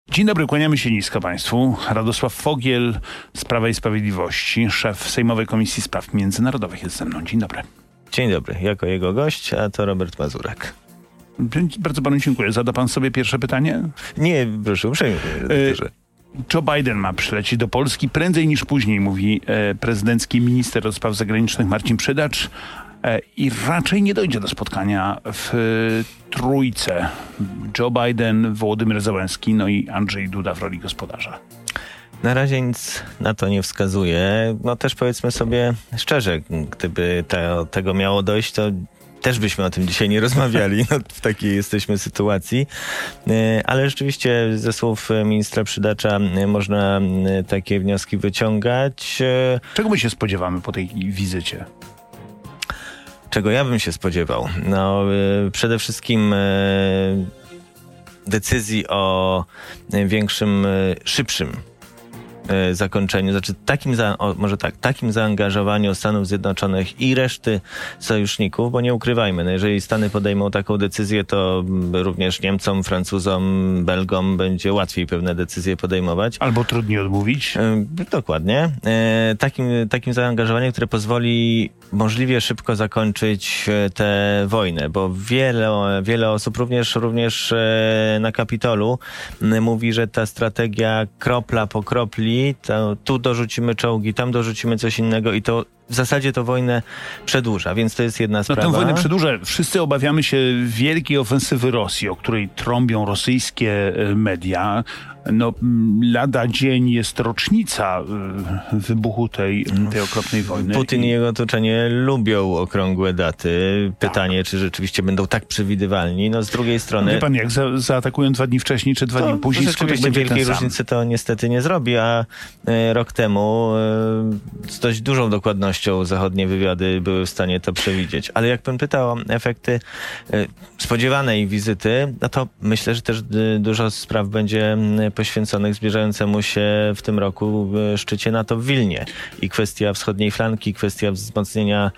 Dzień dobry, kłaniamy się nisko Państwu. Radosław Fogiel z Prawa i Sprawiedliwości, szef Sejmowej Komisji Spraw Międzynarodowych jest ze mną. Dzień dobry. Dzień dobry, jako jego gość, a to Robert Mazurek. Bardzo panu dziękuję. Zada pan sobie pierwsze pytanie? Nie, proszę uprzejmie. Joe Biden ma przylecieć do Polski prędzej niż później, mówi prezydencki minister do spraw zagranicznych Marcin Przydacz. I raczej nie dojdzie do spotkania w trójce. Joe Biden, Wołodymyr Zełenski, no i Andrzej Duda w roli gospodarza. Na razie nic na to nie wskazuje. No też powiedzmy sobie szczerze, gdyby tego miało dojść, to też byśmy o tym dzisiaj nie rozmawiali. No, w takiej jesteśmy sytuacji. Ale rzeczywiście ze słów ministra Przydacza można takie wnioski wyciągać. Czego my się spodziewamy po tej wizycie? Czego ja bym się spodziewał? No, przede wszystkim decyzji o większym, szybszym zakończeniu, znaczy takim zaangażowaniu Stanów Zjednoczonych i reszty sojuszników, bo nie ukrywajmy, no jeżeli Stany podejmą taką decyzję, to również Niemcom, Francuzom, Belgom będzie łatwiej pewne decyzje podejmować. Albo trudniej odmówić. Dokładnie. Takim zaangażowaniem, które pozwoli możliwie szybko zakończyć tę wojnę, bo wiele osób, również na Kapitolu, mówi, że ta strategia kropla po kropli, to tu dorzucimy czołgi, tam dorzucimy coś innego i to w zasadzie to wojnę przedłuża, więc to jest jedna sprawa. No tę wojnę przedłuża. Wszyscy obawiamy się wielkiej ofensywy Rosji, o której trąbią rosyjskie media. No, lada dzień jest rocznica wybuchu tej okropnej wojny. Putin i jego otoczenie lubią okrągłe daty. Pytanie, czy rzeczywiście będą tak przewidywalni. No z drugiej strony... Wie pan, jak zaatakują 2 dni wcześniej, czy 2 dni później, rzeczywiście wielkiej różnicy to niestety nie zrobi, a rok temu z dość dużą dokładnością zachodnie wywiady były w stanie to przewidzieć. Ale jak pan pytał o efekty spodziewanej wizyty, no to myślę, że też dużo spraw będzie poświęconych zbliżającemu się w tym roku szczycie NATO w Wilnie. I kwestia wschodniej flanki, kwestia wzmocnienia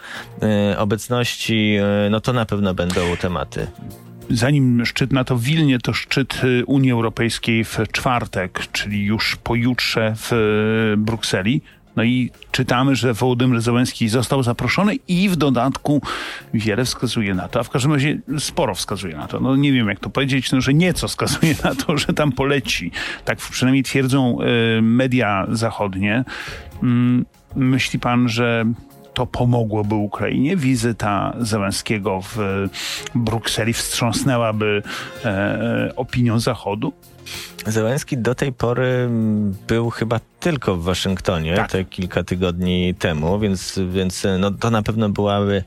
obecności, no to na pewno będą tematy. Zanim szczyt NATO w Wilnie, to szczyt Unii Europejskiej w czwartek, czyli już pojutrze w Brukseli. No i czytamy, że Wołodymyr Zełenski został zaproszony i w dodatku wiele wskazuje na to, a w każdym razie sporo wskazuje na to. No nie wiem jak to powiedzieć, no, że nieco wskazuje na to, że tam poleci. Tak przynajmniej twierdzą media zachodnie. Myśli pan, że to pomogłoby Ukrainie? Wizyta Zełenskiego w Brukseli wstrząsnęłaby opinią Zachodu? Zełenski do tej pory był chyba tylko w Waszyngtonie, tak, te kilka tygodni temu, więc no, to na pewno byłaby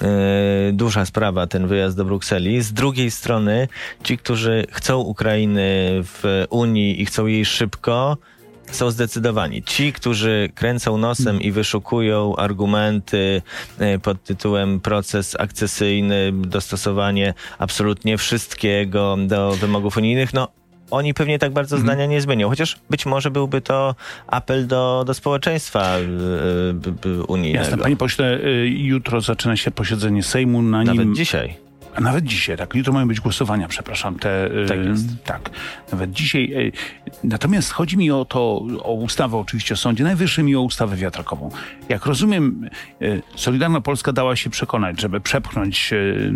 duża sprawa, ten wyjazd do Brukseli. Z drugiej strony ci, którzy chcą Ukrainy w Unii i chcą jej szybko, są zdecydowani. Ci, którzy kręcą nosem i wyszukują argumenty pod tytułem proces akcesyjny, dostosowanie absolutnie wszystkiego do wymogów unijnych, no oni pewnie tak bardzo zdania nie zmienią. Chociaż być może byłby to apel do społeczeństwa unijnego. Jasne, panie pośle, jutro zaczyna się posiedzenie Sejmu. Nawet dzisiaj. A nawet dzisiaj, tak. Jutro mają być głosowania, przepraszam. Tak jest. Tak, nawet dzisiaj. Natomiast chodzi mi o ustawę oczywiście o Sądzie Najwyższym i o ustawę wiatrakową. Jak rozumiem, Solidarna Polska dała się przekonać, żeby przepchnąć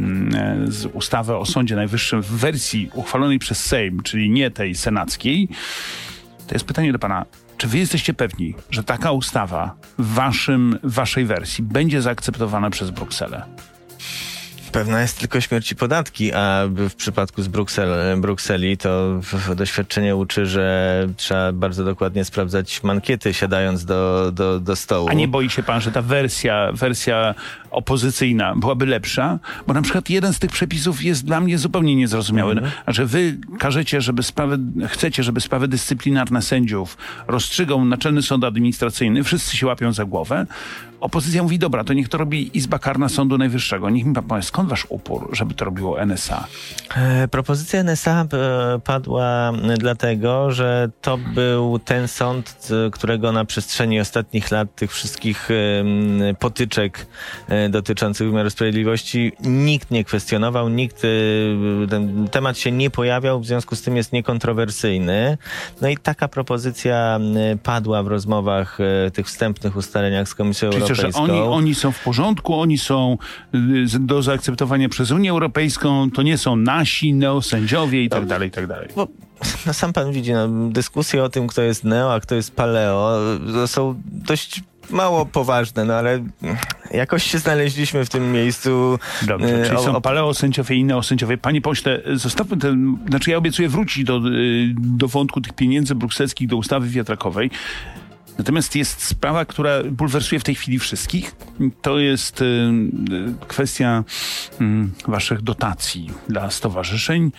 ustawę o Sądzie Najwyższym w wersji uchwalonej przez Sejm, czyli nie tej senackiej. To jest pytanie do pana. Czy wy jesteście pewni, że taka ustawa w waszej wersji będzie zaakceptowana przez Brukselę? Pewna jest tylko śmierci podatki, a w przypadku z Brukseli to doświadczenie uczy, że trzeba bardzo dokładnie sprawdzać mankiety, siadając do stołu. A nie boi się pan, że ta wersja opozycyjna byłaby lepsza? Bo na przykład jeden z tych przepisów jest dla mnie zupełnie niezrozumiały. A że wy chcecie, żeby sprawy dyscyplinarne sędziów rozstrzygał Naczelny Sąd Administracyjny, wszyscy się łapią za głowę, opozycja mówi, dobra, to niech to robi Izba Karna Sądu Najwyższego. Niech mi pan powie, skąd wasz upór, żeby to robiło NSA? Propozycja NSA padła dlatego, że to był ten sąd, którego na przestrzeni ostatnich lat, tych wszystkich potyczek dotyczących wymiaru sprawiedliwości nikt nie kwestionował, ten temat się nie pojawiał, w związku z tym jest niekontrowersyjny. No i taka propozycja padła w rozmowach, tych wstępnych ustaleniach z Komisją Europejską. Że oni są w porządku, oni są do zaakceptowania przez Unię Europejską, to nie są nasi neosędziowie i tak dalej, i tak dalej. Bo, no sam pan widzi, dyskusje o tym, kto jest neo, a kto jest paleo, to są dość mało poważne, no ale jakoś się znaleźliśmy w tym miejscu. Dobrze, czyli są paleosędziowie i neosędziowie. Panie pośle, zostawmy ja obiecuję wrócić do wątku tych pieniędzy brukselskich, do ustawy wiatrakowej. Natomiast jest sprawa, która bulwersuje w tej chwili wszystkich. To jest kwestia waszych dotacji dla stowarzyszeń.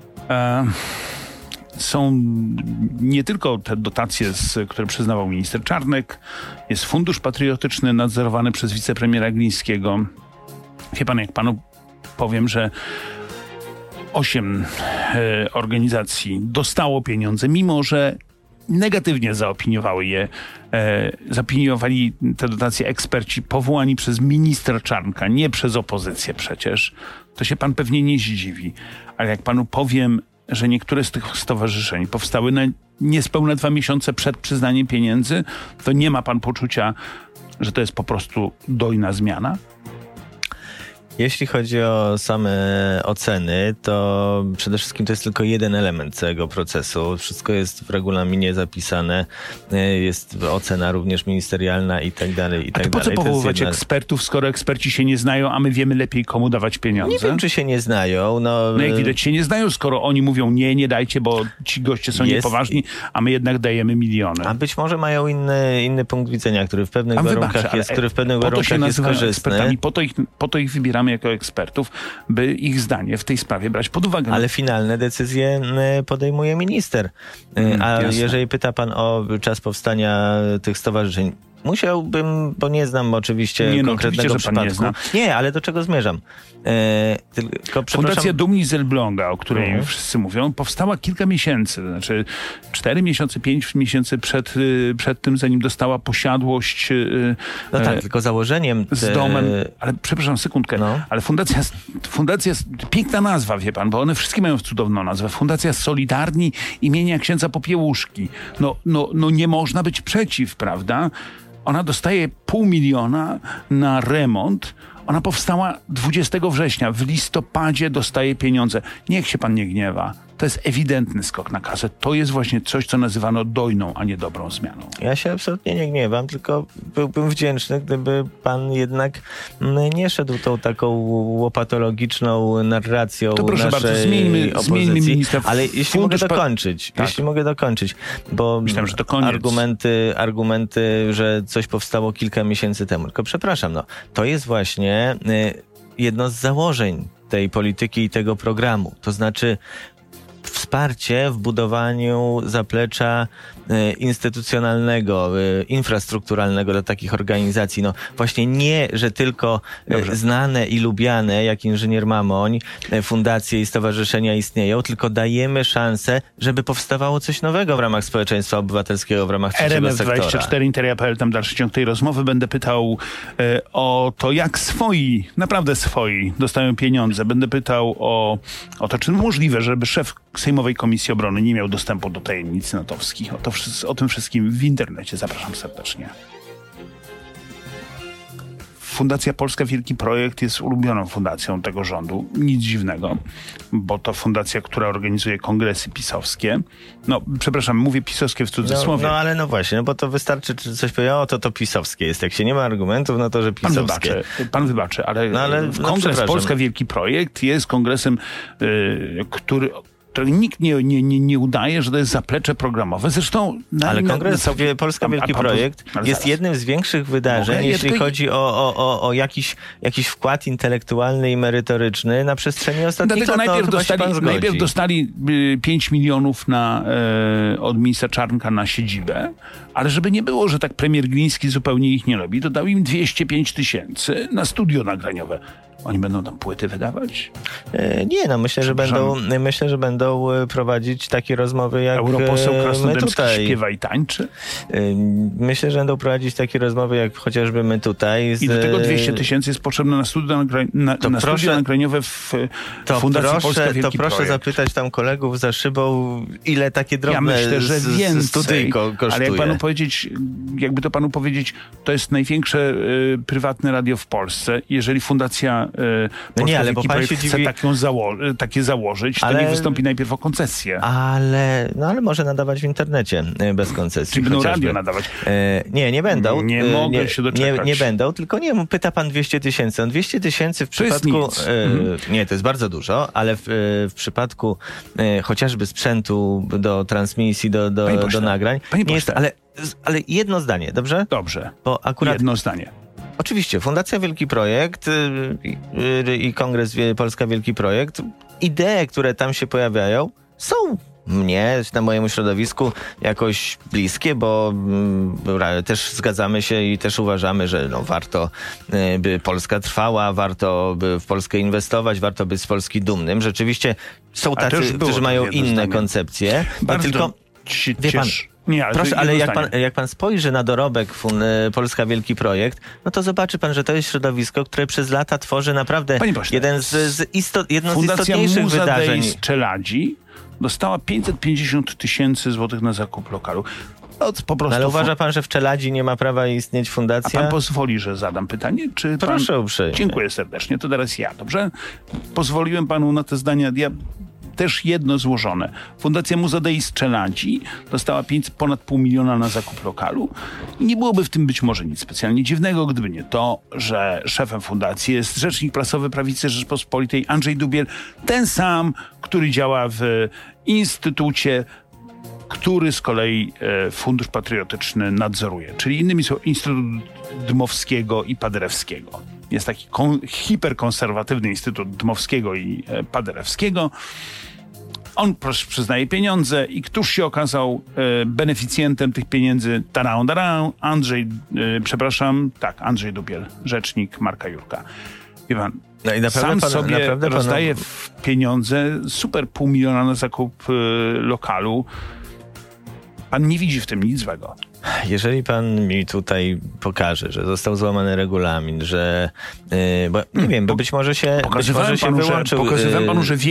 Są nie tylko te dotacje, które przyznawał minister Czarnek, jest Fundusz Patriotyczny nadzorowany przez wicepremiera Glińskiego. Wie pan, jak panu powiem, że 8 organizacji dostało pieniądze, mimo że negatywnie zaopiniowali te dotacje eksperci powołani przez ministra Czarnka, nie przez opozycję przecież, to się pan pewnie nie zdziwi. Ale jak panu powiem, że niektóre z tych stowarzyszeń powstały niespełna 2 miesiące przed przyznaniem pieniędzy, to nie ma pan poczucia, że to jest po prostu dojna zmiana? Jeśli chodzi o same oceny, to przede wszystkim to jest tylko jeden element całego procesu. Wszystko jest w regulaminie zapisane, jest ocena również ministerialna i tak dalej, i tak dalej. A to po co powoływać ekspertów, skoro eksperci się nie znają, a my wiemy lepiej, komu dawać pieniądze? Nie wiem, czy się nie znają. No jak widać się nie znają, skoro oni mówią nie dajcie, bo ci goście są niepoważni, a my jednak dajemy miliony. A być może mają inny punkt widzenia, który w pewnych warunkach jest korzystny. Ekspertami, po to ich wybieramy jako ekspertów, by ich zdanie w tej sprawie brać pod uwagę. Ale finalne decyzje podejmuje minister. Jeżeli pyta pan o czas powstania tych stowarzyszeń, musiałbym, bo nie znam oczywiście konkretnego przypadku. Nie, ale do czego zmierzam? Fundacja Dumni z Elbląga, o której wszyscy mówią, powstała kilka miesięcy, to znaczy 4 miesiące, 5 miesięcy przed tym, zanim dostała posiadłość no tak, tylko założeniem z domem. Ale przepraszam, sekundkę, ale fundacja, piękna nazwa, wie pan, bo one wszystkie mają cudowną nazwę. Fundacja Solidarni imienia księdza Popiełuszki. No nie można być przeciw, prawda? Ona dostaje 500 000 na remont. Ona powstała 20 września. W listopadzie dostaje pieniądze. Niech się pan nie gniewa. To jest ewidentny skok na kasę. To jest właśnie coś, co nazywano dojną, a nie dobrą zmianą. Ja się absolutnie nie gniewam, tylko byłbym wdzięczny, gdyby pan jednak nie szedł tą taką łopatologiczną narracją to proszę naszej bardzo, zmieńmy ministra. Ale jeśli mogę dokończyć, bo myślałem, że to koniec. Argumenty, że coś powstało kilka miesięcy temu. Tylko przepraszam, to jest właśnie jedno z założeń tej polityki i tego programu. To znaczy wsparcie w budowaniu zaplecza instytucjonalnego, infrastrukturalnego dla takich organizacji. Właśnie nie, że tylko znane i lubiane, jak inżynier Mamoń, fundacje i stowarzyszenia istnieją, tylko dajemy szansę, żeby powstawało coś nowego w ramach społeczeństwa obywatelskiego, w ramach trzeciego sektora. RMF24, Interia.pl, tam dalszy ciąg tej rozmowy. Będę pytał o to, jak naprawdę swoi dostają pieniądze. Będę pytał o to, czy możliwe, żeby szef Sejmowej Komisji Obrony nie miał dostępu do tajemnic natowskich. O tym wszystkim w internecie. Zapraszam serdecznie. Fundacja Polska Wielki Projekt jest ulubioną fundacją tego rządu. Nic dziwnego, bo to fundacja, która organizuje kongresy pisowskie. Przepraszam, mówię pisowskie w cudzysłowie. Ale właśnie, bo to wystarczy, czy coś powiedziało, to pisowskie jest. Jak się nie ma argumentów, to że pisowskie. Pan wybaczy, ale Kongres Polska Wielki Projekt jest kongresem, który którego nikt nie udaje, że to jest zaplecze programowe. Zresztą... Ale Kongres Polska Wielki Projekt jest jednym z większych wydarzeń, jeśli chodzi o jakiś wkład intelektualny i merytoryczny na przestrzeni ostatnich lat. Najpierw dostali 5 milionów od ministra Czarnka na siedzibę, ale żeby nie było, że tak premier Gliński zupełnie ich nie lubi, to dał im 205 000 na studio nagraniowe. Oni będą tam płyty wydawać? Nie, no myślę, że będą prowadzić takie rozmowy jak Europoseł Krasnodębski tutaj. Śpiewa i tańczy? Myślę, że będą prowadzić takie rozmowy jak chociażby my tutaj. I do tego 200 000 jest potrzebne na studia nagraniowe w Fundacji Polska Wielki To proszę Projekt. Zapytać tam kolegów za szybą, ile takie drobne myślę, że studyjko kosztuje. Ale jakby to panu powiedzieć, to jest największe prywatne radio w Polsce. Jeżeli Fundacja Polska Wielki Projekt chce takie założyć, to niech wystąpi najpierw o koncesję. Ale może nadawać w internecie bez koncesji. Czyli będą radio nadawać? Nie będą. Nie mogę się doczekać. Nie będą, tylko pyta pan 200 000. 200 000 w przypadku... Nie, to jest bardzo dużo, ale w przypadku chociażby sprzętu do transmisji, do nagrań, nie jest, ale jedno zdanie, dobrze? Dobrze. Bo akurat jedno zdanie. Oczywiście, Fundacja Wielki Projekt i Kongres Polska Wielki Projekt, idee, które tam się pojawiają, są mojemu środowisku jakoś bliskie, bo też zgadzamy się i też uważamy, że warto by Polska trwała, warto by w Polskę inwestować, warto być z Polski dumnym. Rzeczywiście są tacy, którzy mają inne koncepcje. Bardzo wie pan, proszę, ale jak pan spojrzy na dorobek Polska Wielki Projekt, no to zobaczy pan, że to jest środowisko, które przez lata tworzy naprawdę jedno z istotniejszych wydarzeń. Fundacja Czeladzi dostała 550 000 złotych na zakup lokalu. Po prostu ale uważa pan, że w Czeladzi nie ma prawa istnieć fundacja? A pan pozwoli, że zadam pytanie? Proszę uprzejmie. Dziękuję serdecznie. To teraz ja, dobrze? Pozwoliłem panu na te zdania. Też jedno złożone. Fundacja Muza Dei z Czeladzi dostała ponad 500 000 na zakup lokalu. I nie byłoby w tym być może nic specjalnie dziwnego, gdyby nie to, że szefem fundacji jest rzecznik prasowy Prawicy Rzeczpospolitej Andrzej Dubiel, ten sam, który działa w instytucie, który z kolei Fundusz Patriotyczny nadzoruje. Czyli innymi słowy Instytut Dmowskiego i Paderewskiego. Jest taki hiperkonserwatywny Instytut Dmowskiego i Paderewskiego. On przyznaje pieniądze i któż się okazał beneficjentem tych pieniędzy? Andrzej Dubiel, rzecznik Marka Jurka. Wie pan, no i sam sobie rozdaje pieniądze, super 500 000 na zakup lokalu. Pan nie widzi w tym nic złego. Jeżeli pan mi tutaj pokaże, że został złamany regulamin, że... bo nie wiem, bo być może się wyłączył... Pokazywałem panu, że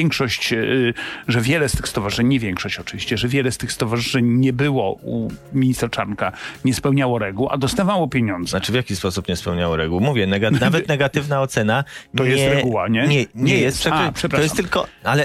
że wiele z tych stowarzyszeń, nie większość oczywiście, że wiele z tych stowarzyszeń nie było u ministra Czarnka, nie spełniało reguł, a dostawało pieniądze. Znaczy w jaki sposób nie spełniało reguł? Mówię, nawet negatywna ocena... To jest reguła, nie? Nie jest. To jest tylko... Ale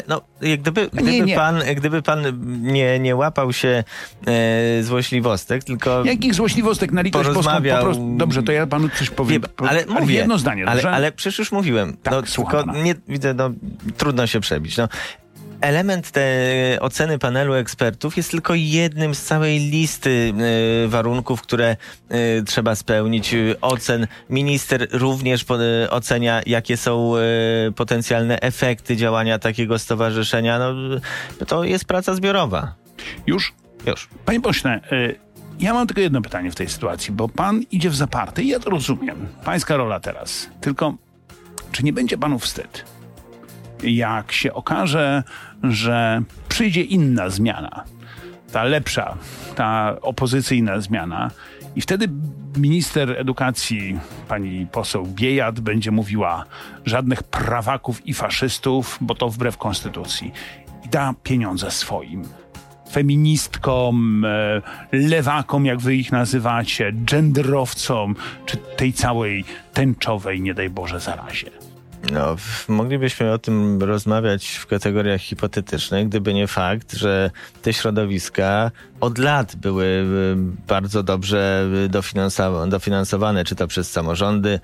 gdyby pan nie łapał się złośliwostek, tylko... Jakich złośliwostek na litość boską? Dobrze, to ja panu coś powiem. Ale mówię. Jedno zdanie, ale przecież już mówiłem. Tak, tylko widzę, trudno się przebić. Element tej oceny panelu ekspertów jest tylko jednym z całej listy warunków, które trzeba spełnić. Ocen. Minister również ocenia, jakie są potencjalne efekty działania takiego stowarzyszenia. To jest praca zbiorowa. Już? Panie pośle, ja mam tylko jedno pytanie w tej sytuacji, bo pan idzie w zaparte i ja to rozumiem. Pańska rola teraz. Tylko, czy nie będzie panu wstyd, jak się okaże, że przyjdzie inna zmiana, ta lepsza, ta opozycyjna zmiana i wtedy minister edukacji, pani poseł Biejat, będzie mówiła żadnych prawaków i faszystów, bo to wbrew konstytucji. I da pieniądze swoim feministkom, lewakom, jak wy ich nazywacie, genderowcom, czy tej całej tęczowej, nie daj Boże, zarazie. Moglibyśmy o tym rozmawiać w kategoriach hipotetycznych, gdyby nie fakt, że te środowiska od lat były bardzo dobrze dofinansowane, czy to przez samorządy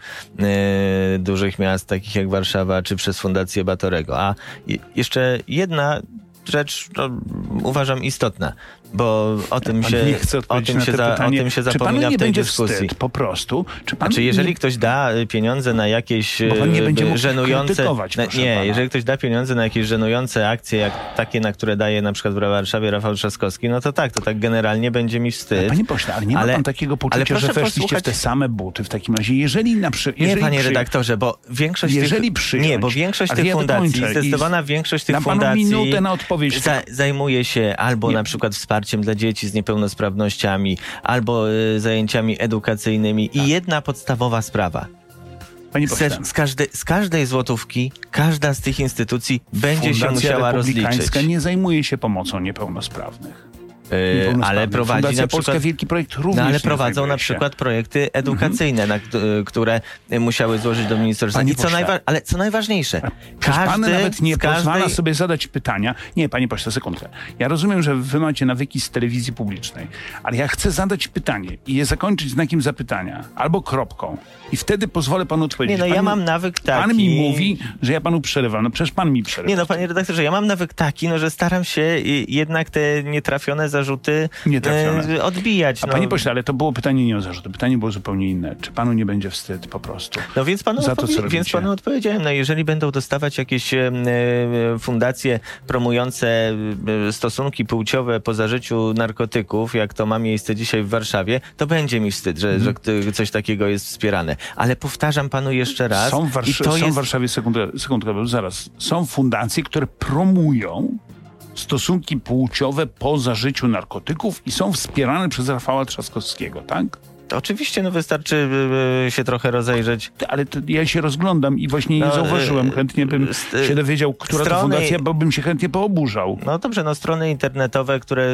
dużych miast, takich jak Warszawa, czy przez Fundację Batorego. A jeszcze jedna rzecz, uważam, istotna, bo o tym się zapomina w tej dyskusji. Wstyd, po prostu. Jeżeli ktoś da pieniądze na jakieś żenujące... jeżeli ktoś da pieniądze na jakieś żenujące akcje, jak takie, na które daje na przykład w Warszawie Rafał Trzaskowski, no to tak generalnie będzie mi wstyd. Panie pośle, ale nie ma pan takiego poczucia, że weszliście w te same buty w takim razie? Panie redaktorze, bo większość tych fundacji, zdecydowana większość tych fundacji minutę na odpowiedź. Zajmuje się albo na przykład wsparciem dla dzieci z niepełnosprawnościami, albo zajęciami edukacyjnymi. I jedna podstawowa sprawa. Z każdej złotówki, każda z tych instytucji będzie się musiała rozliczyć. Nie zajmuje się pomocą niepełnosprawnych. Ale prowadzi Fundacja na przykład, Polska Wielki Projekt również ale prowadzą na przykład projekty edukacyjne, które musiały złożyć do ministerstwa. Ale co najważniejsze, pan nawet nie pozwala sobie zadać pytania. Nie, panie pośle, sekundkę. Ja rozumiem, że wy macie nawyki z telewizji publicznej, ale ja chcę zadać pytanie i je zakończyć znakiem zapytania albo kropką. I wtedy pozwolę panu odpowiedzieć. Ja mam nawyk taki... Pan mi mówi, że ja panu przerywam. No przecież pan mi przerywa. Panie redaktorze, ja mam nawyk taki, że staram się jednak te nietrafione zarzuty odbijać. A panie pośle, ale to było pytanie nie o zarzuty. Pytanie było zupełnie inne. Czy panu nie będzie wstyd po prostu? Więc panu odpowiedziałem. Jeżeli będą dostawać jakieś fundacje promujące stosunki płciowe po zażyciu narkotyków, jak to ma miejsce dzisiaj w Warszawie, to będzie mi wstyd, że coś takiego jest wspierane. Ale powtarzam panu jeszcze raz. Są w Warszawie, sekundkę, zaraz. Są fundacje, które promują stosunki płciowe po zażyciu narkotyków i są wspierane przez Rafała Trzaskowskiego, tak? Oczywiście, wystarczy się trochę rozejrzeć. Ale ja się rozglądam i właśnie nie zauważyłem. Chętnie bym się dowiedział, która to fundacja, bo bym się chętnie pooburzał. Dobrze, strony internetowe, które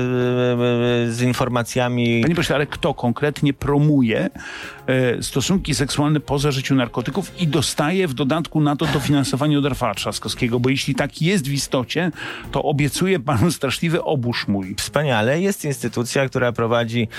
z informacjami... Panie pośle, ale kto konkretnie promuje stosunki seksualne po zażyciu narkotyków i dostaje w dodatku na to dofinansowanie od Rafała Trzaskowskiego? Bo jeśli tak jest w istocie, to obiecuję panu straszliwy oburz mój. Wspaniale. Jest instytucja, która prowadzi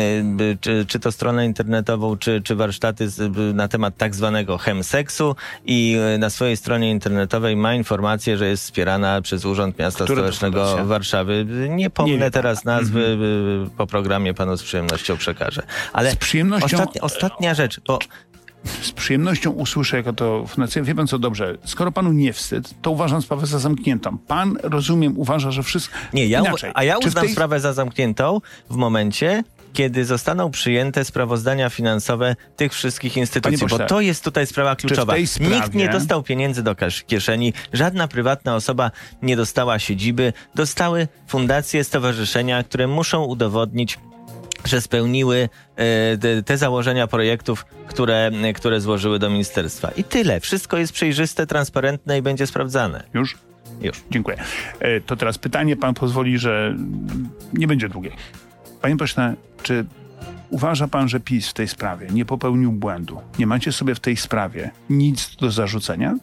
czy to stronę internetową, czy warsztaty na temat tak zwanego chemseksu i na swojej stronie internetowej ma informację, że jest wspierana przez Urząd Miasta Stołecznego Warszawy. Nie pomnę teraz nazwy, po programie panu z przyjemnością przekażę. Ale z przyjemnością... Ostatnia rzecz, bo... Z przyjemnością usłyszę, jaka to fundacja. Wie pan co, dobrze, skoro panu nie wstyd, to uważam sprawę za zamkniętą. Pan, rozumiem, uważa, że wszystko... Ja uznam sprawę za zamkniętą w momencie, kiedy zostaną przyjęte sprawozdania finansowe tych wszystkich instytucji, bo to jest tutaj sprawa kluczowa. Nikt nie dostał pieniędzy do kieszeni, żadna prywatna osoba nie dostała siedziby, dostały fundacje, stowarzyszenia, które muszą udowodnić, że spełniły te założenia projektów, które złożyły do ministerstwa. I tyle. Wszystko jest przejrzyste, transparentne i będzie sprawdzane. Już? Dziękuję. To teraz pytanie, pan pozwoli, że nie będzie długie. Panie pośle, czy uważa pan, że PiS w tej sprawie nie popełnił błędu? Nie macie sobie w tej sprawie nic do zarzucenia?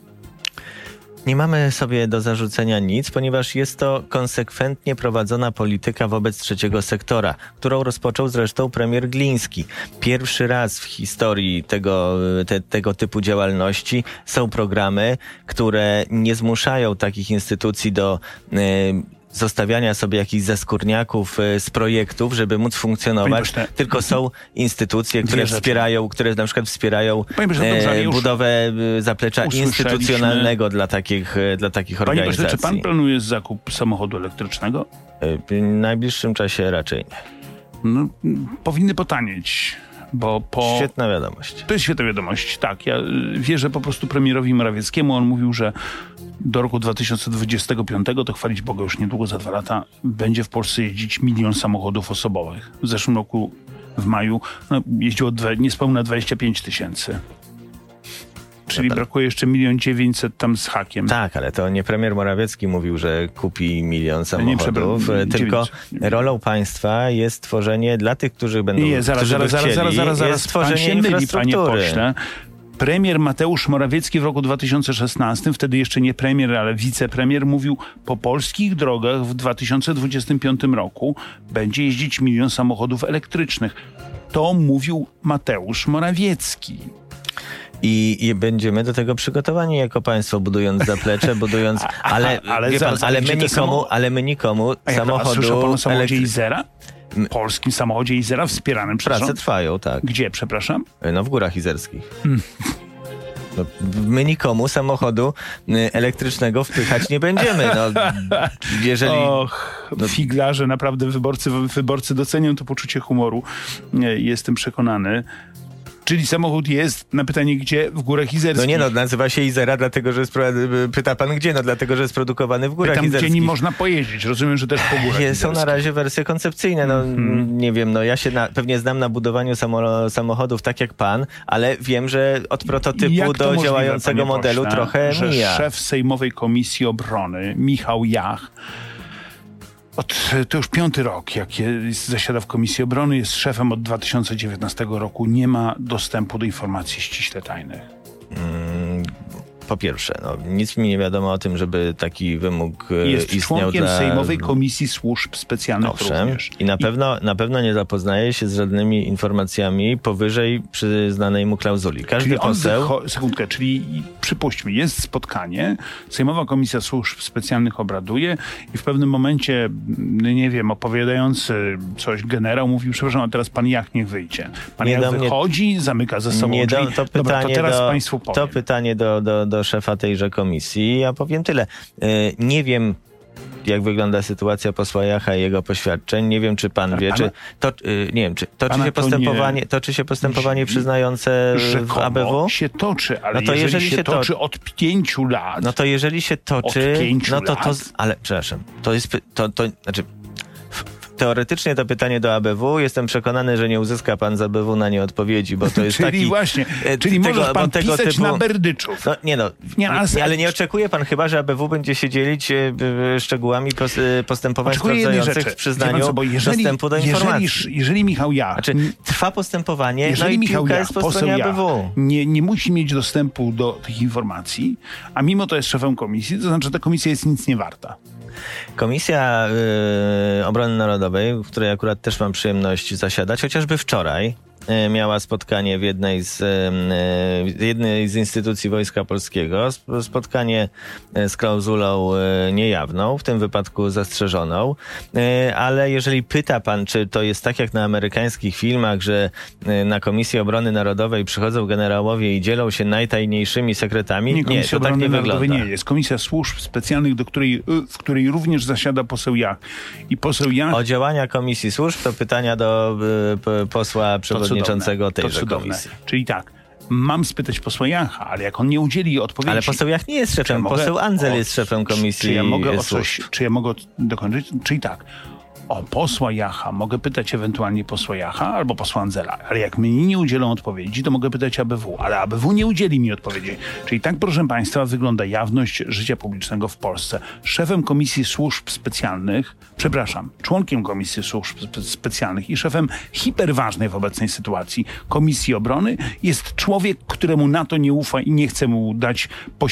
Nie mamy sobie do zarzucenia nic, ponieważ jest to konsekwentnie prowadzona polityka wobec trzeciego sektora, którą rozpoczął zresztą premier Gliński. Pierwszy raz w historii tego typu działalności są programy, które nie zmuszają takich instytucji do zostawiania sobie jakichś zaskórniaków z projektów, żeby móc funkcjonować, tylko są instytucje, które na przykład wspierają budowę zaplecza instytucjonalnego dla takich organizacji. Panie pośle, czy pan planuje zakup samochodu elektrycznego? W najbliższym czasie raczej nie. Powinny potanieć. Świetna wiadomość. To jest świetna wiadomość, tak. Ja wierzę po prostu premierowi Morawieckiemu. On mówił, że do roku 2025, to chwalić Boga już niedługo, za 2 lata, będzie w Polsce jeździć 1 milion samochodów osobowych. W zeszłym roku w maju jeździło niespełna 25 000. Czyli brakuje jeszcze 1 900 000 tam z hakiem. Tak, ale to nie premier Morawiecki mówił, że kupi 1 milion samochodów, tylko rolą państwa jest tworzenie dla tych, którzy będą zaraz. Pan się myli, panie pośle. Premier Mateusz Morawiecki w roku 2016, wtedy jeszcze nie premier, ale wicepremier, mówił: po polskich drogach w 2025 roku będzie jeździć 1 milion samochodów elektrycznych. To mówił Mateusz Morawiecki. I będziemy do tego przygotowani jako państwo, budując zaplecze, budując... Ale my nikomu samochodu... Słyszał pan o samochodzie Izera? Polskim samochodzie Izera wspieranym przez Prace rząd? trwają, tak. Gdzie, przepraszam? No w Górach Izerskich. No, my nikomu samochodu elektrycznego wpychać nie będziemy. No, jeżeli... Figlarze, naprawdę wyborcy docenią to poczucie humoru. Jestem przekonany. Czyli samochód jest, na pytanie gdzie? W Górach Izerskich. Nazywa się Izera, dlatego że pyta pan gdzie? No dlatego, że jest produkowany w Górach Izerskich. Gdzie nim można pojeździć. Rozumiem, że też po Górach Izerskich. Są na razie wersje koncepcyjne. Nie wiem, ja się pewnie znam na budowaniu samochodów tak jak pan, ale wiem, że od prototypu do działającego modelu trochę mija. Szef Sejmowej Komisji Obrony, Michał Jach, to już 5. rok, jak zasiada w Komisji Obrony, jest szefem od 2019 roku, nie ma dostępu do informacji ściśle tajnych. Po pierwsze, nic mi nie wiadomo o tym, żeby taki wymóg jest istniał członkiem Sejmowej Komisji Służb Specjalnych również. I na pewno nie zapoznaje się z żadnymi informacjami powyżej przyznanej mu klauzuli. Każdy poseł... Sekundkę, czyli przypuśćmy, jest spotkanie, Sejmowa Komisja Służb Specjalnych obraduje i w pewnym momencie, nie wiem, opowiadający coś generał mówił, przepraszam, a teraz pan Jach niech wyjdzie. Pan Jach wychodzi, zamyka ze sobą drzwi. To teraz państwu powiem. To pytanie do szefa tejże komisji. Ja powiem tyle. Nie wiem, jak wygląda sytuacja posła Jacha i jego poświadczeń. Nie wiem, czy pan wie, czy toczy się postępowanie przyznające w ABW? Się toczy, ale jeżeli się toczy od 5 lat... No to jeżeli się toczy, ale przepraszam, znaczy teoretycznie to pytanie do ABW. Jestem przekonany, że nie uzyska pan z ABW na nie odpowiedzi, bo to jest czyli może pan pisać na berdyczów. Ale nie oczekuje pan chyba, że ABW będzie się dzielić szczegółami postępowań sprawdzających w przyznaniu dostępu do informacji. Jeżeli Michał Jach... trwa postępowanie, i piłka jest po stronie ABW. Nie musi mieć dostępu do tych informacji, a mimo to jest szefem komisji, to znaczy, że ta komisja jest nic nie warta. Komisja Obrony Narodowej, w której akurat też mam przyjemność zasiadać, chociażby wczoraj miała spotkanie w jednej z instytucji Wojska Polskiego, spotkanie z klauzulą niejawną, w tym wypadku zastrzeżoną, ale jeżeli pyta pan, czy to jest tak jak na amerykańskich filmach, że na Komisji Obrony Narodowej przychodzą generałowie i dzielą się najtajniejszymi sekretami, nie, to tak nie wygląda. Nie jest. Komisja Służb Specjalnych, w której również zasiada poseł Jach. I poseł Jach... O działania Komisji Służb to pytania do posła przewodniczącego tejże komisji. Czyli tak, mam spytać posła Jacha, ale jak on nie udzieli odpowiedzi... Ale poseł Jach nie jest szefem, poseł Andzel jest szefem komisji. Czy ja mogę dokończyć? Czyli tak, o posła Jacha mogę pytać ewentualnie posła Jacha albo posła Andzela, ale jak mnie nie udzielą odpowiedzi, to mogę pytać ABW, ale ABW nie udzieli mi odpowiedzi. Czyli tak, proszę państwa, wygląda jawność życia publicznego w Polsce. Szefem Komisji Służb Specjalnych, członkiem Komisji Służb Specjalnych i szefem hiperważnej w obecnej sytuacji Komisji Obrony jest człowiek, któremu NATO nie ufa i nie chce mu dać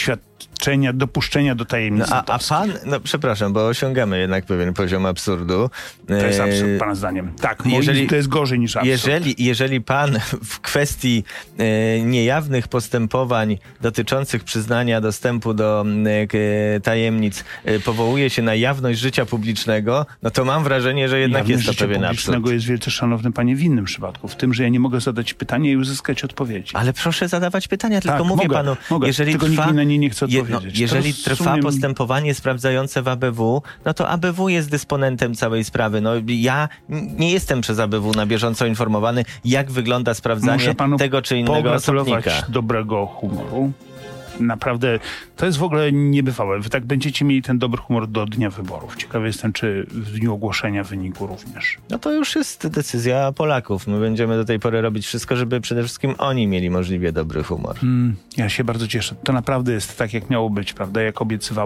dopuszczenia do tajemnic. A pan, przepraszam, bo osiągamy jednak pewien poziom absurdu. To jest absurd, pana zdaniem. Tak, to jest gorzej niż absurd. Jeżeli pan w kwestii niejawnych postępowań dotyczących przyznania dostępu do tajemnic powołuje się na jawność życia publicznego, no to mam wrażenie, że jednak jest to pewien absurd. Publicznego jest, wielce szanowny panie, w innym przypadku. W tym, że ja nie mogę zadać pytania i uzyskać odpowiedzi. Ale proszę zadawać pytania, tylko mówię panu, jeżeli tylko nikt mi na nie chce odpowiedzieć. Jeżeli trwa postępowanie sprawdzające w ABW, no to ABW jest dysponentem całej sprawy. Ja nie jestem przez ABW na bieżąco informowany, jak wygląda sprawdzanie tego czy innego osobnika. Dobrego humoru. Naprawdę, to jest w ogóle niebywałe. Wy tak będziecie mieli ten dobry humor do dnia wyborów. Ciekawy jestem, czy w dniu ogłoszenia wyniku również. No to już jest decyzja Polaków. My będziemy do tej pory robić wszystko, żeby przede wszystkim oni mieli możliwie dobry humor. Ja się bardzo cieszę. To naprawdę jest tak, jak miało być, prawda?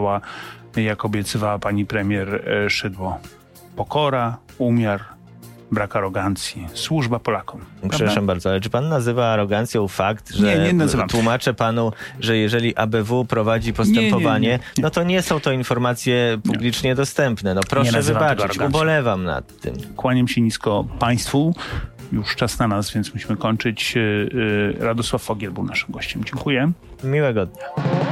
Jak obiecywała pani premier Szydło. Pokora, umiar, brak arogancji. Służba Polakom. Przepraszam bardzo, ale czy pan nazywa arogancją fakt, że nie nazywam. Tłumaczę panu, że jeżeli ABW prowadzi postępowanie, nie. no to nie są to informacje publicznie dostępne. No proszę wybaczyć, ubolewam nad tym. Kłaniam się nisko państwu. Już czas na nas, więc musimy kończyć. Radosław Fogiel był naszym gościem. Dziękuję. Miłego dnia.